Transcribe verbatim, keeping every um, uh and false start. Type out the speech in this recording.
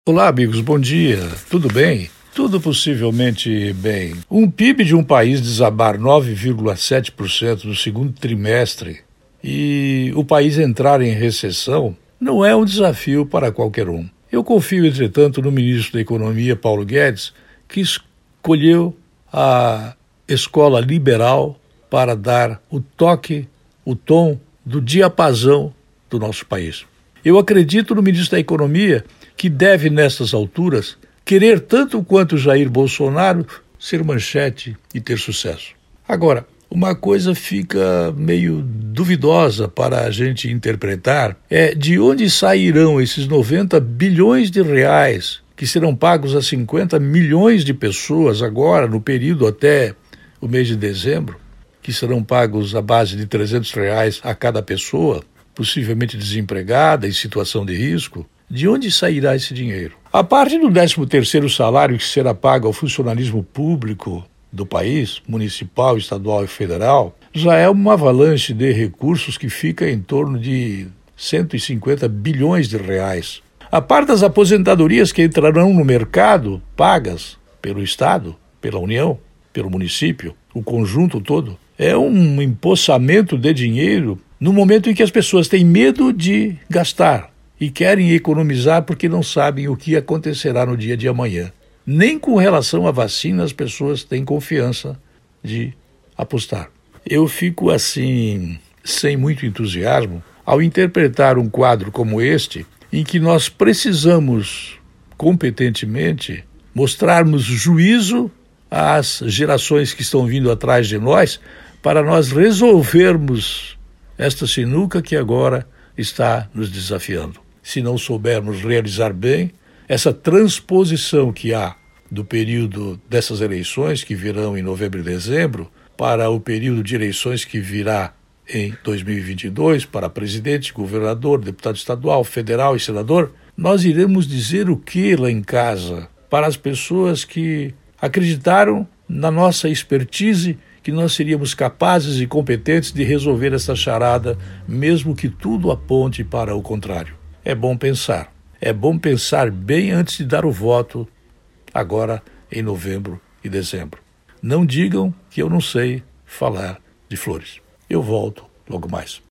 Olá, amigos, bom dia. Tudo bem? Tudo possivelmente bem. Um P I B de um país desabar nove vírgula sete por cento no segundo trimestre e o país entrar em recessão não é um desafio para qualquer um. Eu confio, entretanto, no ministro da Economia, Paulo Guedes, que escolheu a escola liberal para dar o toque, o tom do diapasão do nosso país. Eu acredito no ministro da Economia, que deve, nessas alturas, querer tanto quanto Jair Bolsonaro ser manchete e ter sucesso. Agora, uma coisa fica meio duvidosa para a gente interpretar, é de onde sairão esses noventa bilhões de reais que serão pagos a cinquenta milhões de pessoas agora, no período até o mês de dezembro, que serão pagos à base de trezentos reais a cada pessoa, possivelmente desempregada, em situação de risco. De onde sairá esse dinheiro? A parte do décimo terceiro salário que será pago ao funcionalismo público do país, municipal, estadual e federal, já é uma avalanche de recursos que fica em torno de cento e cinquenta bilhões de reais. A parte das aposentadorias que entrarão no mercado, pagas pelo Estado, pela União, pelo município, o conjunto todo, é um empossamento de dinheiro no momento em que as pessoas têm medo de gastar e querem economizar porque não sabem o que acontecerá no dia de amanhã. Nem com relação à vacina as pessoas têm confiança de apostar. Eu fico assim, sem muito entusiasmo, ao interpretar um quadro como este, em que nós precisamos, competentemente, mostrarmos juízo às gerações que estão vindo atrás de nós, para nós resolvermos esta sinuca que agora está nos desafiando. Se não soubermos realizar bem essa transposição que há do período dessas eleições, que virão em novembro e dezembro, para o período de eleições que virá em dois mil e vinte e dois, para presidente, governador, deputado estadual, federal e senador, nós iremos dizer o que lá em casa para as pessoas que acreditaram na nossa expertise, que nós seríamos capazes e competentes de resolver essa charada, mesmo que tudo aponte para o contrário. É bom pensar. É bom pensar bem antes de dar o voto, agora em novembro e dezembro. Não digam que eu não sei falar de flores. Eu volto logo mais.